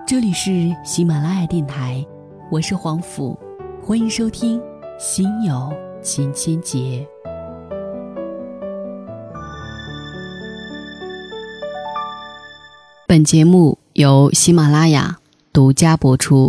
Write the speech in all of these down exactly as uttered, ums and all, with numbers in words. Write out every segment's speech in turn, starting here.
这里是喜马拉雅电台，我是黄甫，欢迎收听心有千千结。本节目由喜马拉雅独家播出。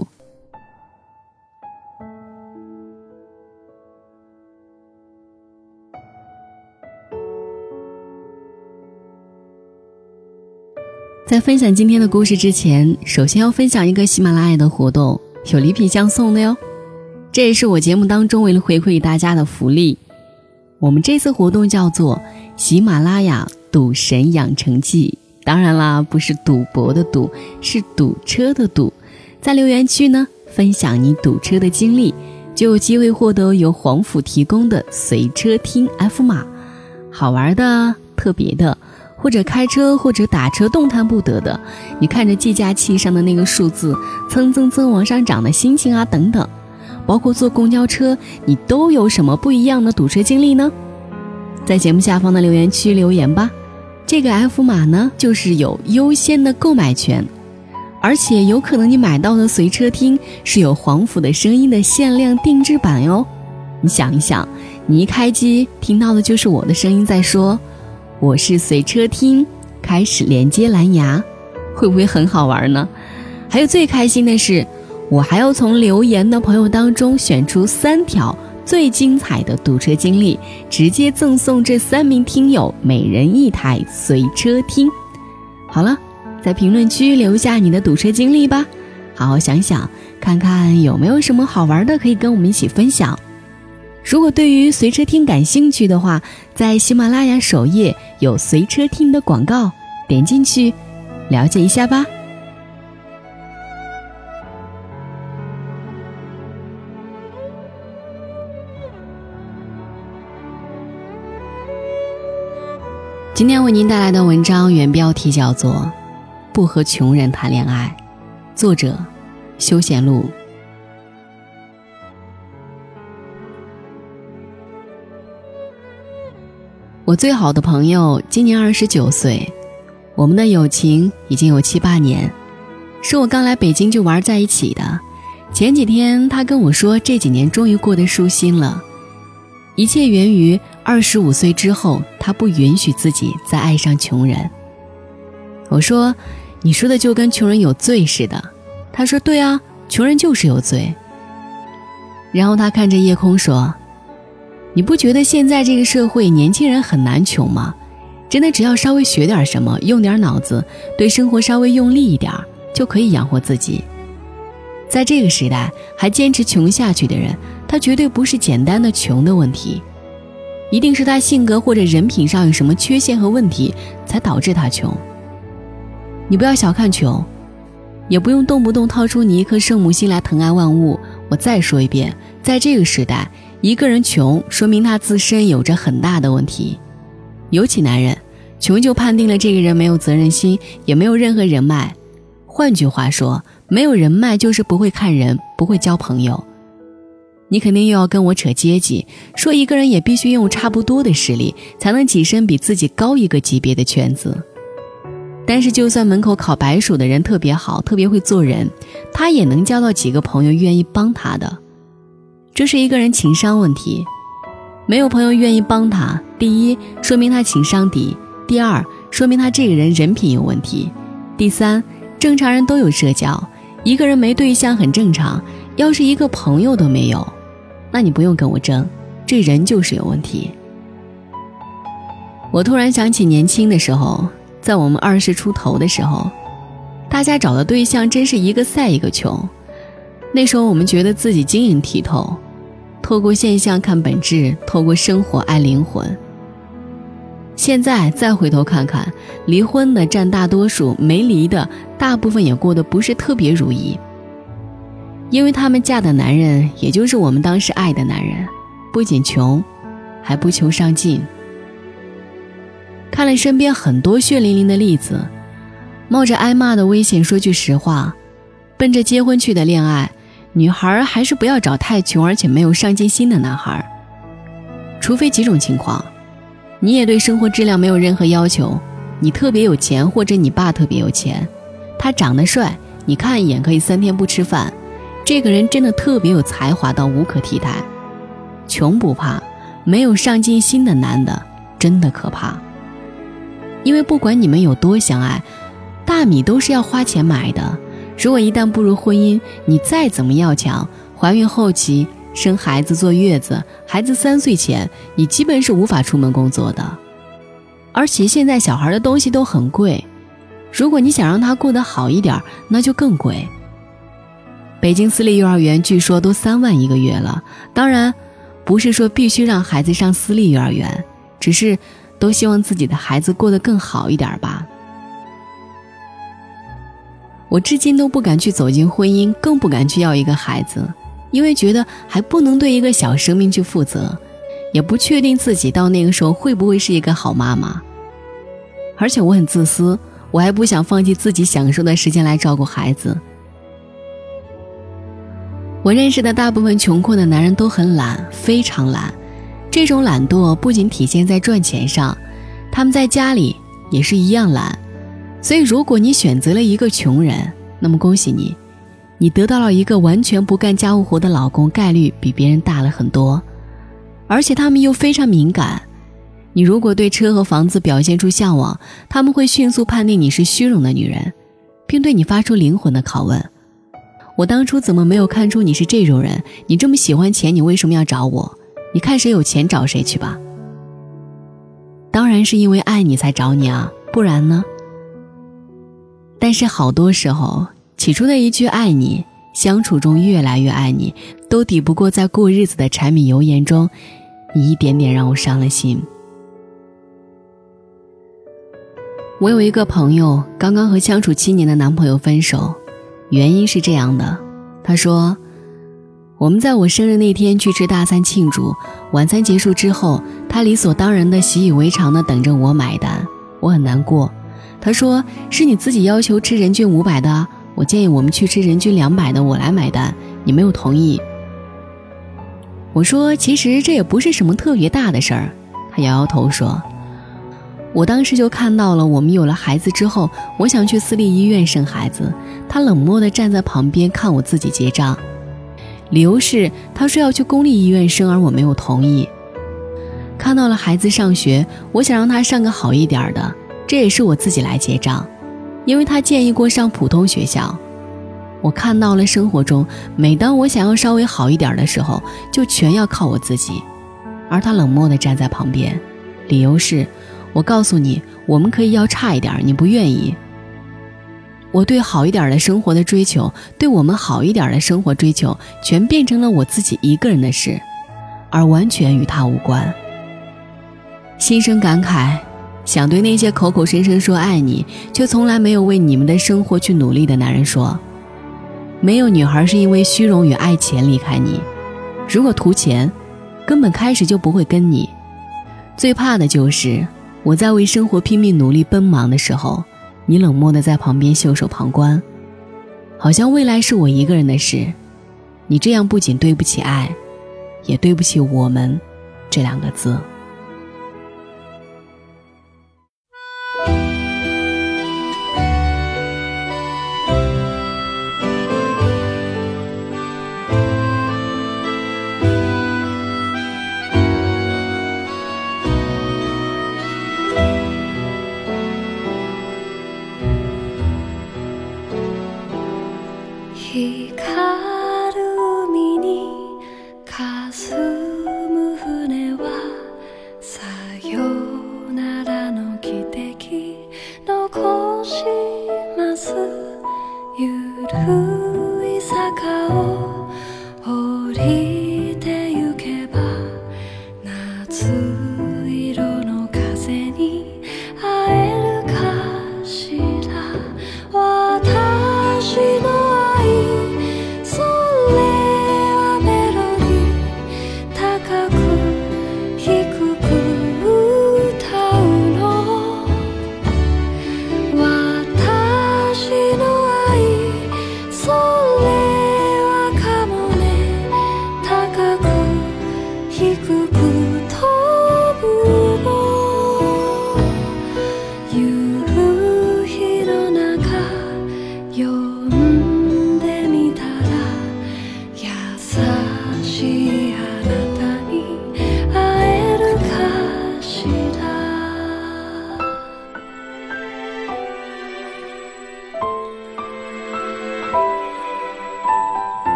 在分享今天的故事之前，首先要分享一个喜马拉雅的活动，有礼品相送的哟。这也是我节目当中为了回馈给大家的福利。我们这次活动叫做喜马拉雅赌神养成记，当然啦，不是赌博的赌，是堵车的堵。在留言区呢，分享你堵车的经历，就有机会获得由黄甫提供的随车听 F 码，好玩的、特别的，或者开车或者打车动弹不得的，你看着计价器上的那个数字蹭蹭蹭往上涨的心情啊等等，包括坐公交车，你都有什么不一样的堵车经历呢？在节目下方的留言区留言吧。这个 F 码呢，就是有优先的购买权，而且有可能你买到的随车听是有黄甫的声音的限量定制版哟。你想一想，你一开机听到的就是我的声音在说我是随车听，开始连接蓝牙，会不会很好玩呢？还有最开心的是，我还要从留言的朋友当中选出三条最精彩的堵车经历，直接赠送这三名听友每人一台随车听。好了，在评论区留下你的堵车经历吧，好好想想，看看有没有什么好玩的可以跟我们一起分享。如果对于随车听感兴趣的话，在喜马拉雅首页有随车听的广告，点进去了解一下吧。今天为您带来的文章原标题叫做《不和穷人谈恋爱》，作者休闲路。我最好的朋友今年二十九岁，我们的友情已经有七八年，是我刚来北京就玩在一起的。前几天他跟我说，这几年终于过得舒心了，一切源于二十五岁之后，他不允许自己再爱上穷人。我说，你说的就跟穷人有罪似的。他说，对啊，穷人就是有罪。然后他看着夜空说，你不觉得现在这个社会年轻人很难穷吗？真的只要稍微学点什么，用点脑子，对生活稍微用力一点，就可以养活自己。在这个时代还坚持穷下去的人，他绝对不是简单的穷的问题，一定是他性格或者人品上有什么缺陷和问题才导致他穷。你不要小看穷，也不用动不动掏出你一颗圣母心来疼爱万物。我再说一遍，在这个时代，一个人穷，说明他自身有着很大的问题。尤其男人，穷就判定了这个人没有责任心，也没有任何人脉。换句话说，没有人脉就是不会看人，不会交朋友。你肯定又要跟我扯阶级，说一个人也必须拥有差不多的实力，才能跻身比自己高一个级别的圈子。但是就算门口烤白薯的人特别好，特别会做人，他也能交到几个朋友愿意帮他的。这是一个人情商问题，没有朋友愿意帮他，第一，说明他情商低；第二，说明他这个人人品有问题；第三，正常人都有社交，一个人没对象很正常，要是一个朋友都没有，那你不用跟我争，这人就是有问题。我突然想起年轻的时候，在我们二十出头的时候，大家找的对象真是一个赛一个穷。那时候我们觉得自己晶莹剔透，透过现象看本质，透过生活爱灵魂。现在再回头看看，离婚的占大多数，没离的大部分也过得不是特别如意。因为他们嫁的男人，也就是我们当时爱的男人，不仅穷，还不求上进。看了身边很多血淋淋的例子，冒着挨骂的危险说句实话，奔着结婚去的恋爱，女孩还是不要找太穷而且没有上进心的男孩。除非几种情况，你也对生活质量没有任何要求，你特别有钱或者你爸特别有钱，他长得帅， 你看一眼可以三天不吃饭，这个人真的特别有才华到无可替代。穷不怕，没有上进心的男的真的可怕。因为不管你们有多相爱，大米都是要花钱买的。如果一旦步入婚姻，你再怎么要强，怀孕后期生孩子坐月子，孩子三岁前你基本是无法出门工作的。而且现在小孩的东西都很贵，如果你想让他过得好一点，那就更贵。北京私立幼儿园据说都三万一个月了，当然不是说必须让孩子上私立幼儿园，只是都希望自己的孩子过得更好一点吧。我至今都不敢去走进婚姻，更不敢去要一个孩子，因为觉得还不能对一个小生命去负责，也不确定自己到那个时候会不会是一个好妈妈。而且我很自私，我还不想放弃自己享受的时间来照顾孩子。我认识的大部分穷困的男人都很懒，非常懒。这种懒惰不仅体现在赚钱上，他们在家里也是一样懒。所以如果你选择了一个穷人，那么恭喜你，你得到了一个完全不干家务活的老公，概率比别人大了很多。而且他们又非常敏感，你如果对车和房子表现出向往，他们会迅速判定你是虚荣的女人，并对你发出灵魂的拷问。我当初怎么没有看出你是这种人？你这么喜欢钱，你为什么要找我？你看谁有钱找谁去吧。当然是因为爱你才找你啊，不然呢？但是好多时候，起初的一句爱你，相处中越来越爱你，都抵不过在过日子的柴米油盐中，你一点点让我伤了心。我有一个朋友，刚刚和相处七年的男朋友分手，原因是这样的。他说，我们在我生日那天去吃大餐庆祝，晚餐结束之后，他理所当然的习以为常的等着我买单，我很难过。他说，是你自己要求吃人均五百的，我建议我们去吃人均两百的，我来买单，你没有同意。我说，其实这也不是什么特别大的事儿。他摇摇头说，我当时就看到了我们有了孩子之后，我想去私立医院生孩子，他冷漠地站在旁边看我自己结账，理由是他说要去公立医院生，而我没有同意。看到了孩子上学，我想让他上个好一点的，这也是我自己来结账，因为他建议过上普通学校。我看到了生活中，每当我想要稍微好一点的时候，就全要靠我自己，而他冷漠地站在旁边，理由是我告诉你，我们可以要差一点，你不愿意。我对好一点的生活的追求，对我们好一点的生活追求，全变成了我自己一个人的事，而完全与他无关。心生感慨，想对那些口口声声说爱你，却从来没有为你们的生活去努力的男人说，没有女孩是因为虚荣与爱钱离开你，如果图钱，根本开始就不会跟你。最怕的就是我在为生活拼命努力奔忙的时候，你冷漠地在旁边袖手旁观，好像未来是我一个人的事。你这样不仅对不起爱，也对不起我们这两个字。 He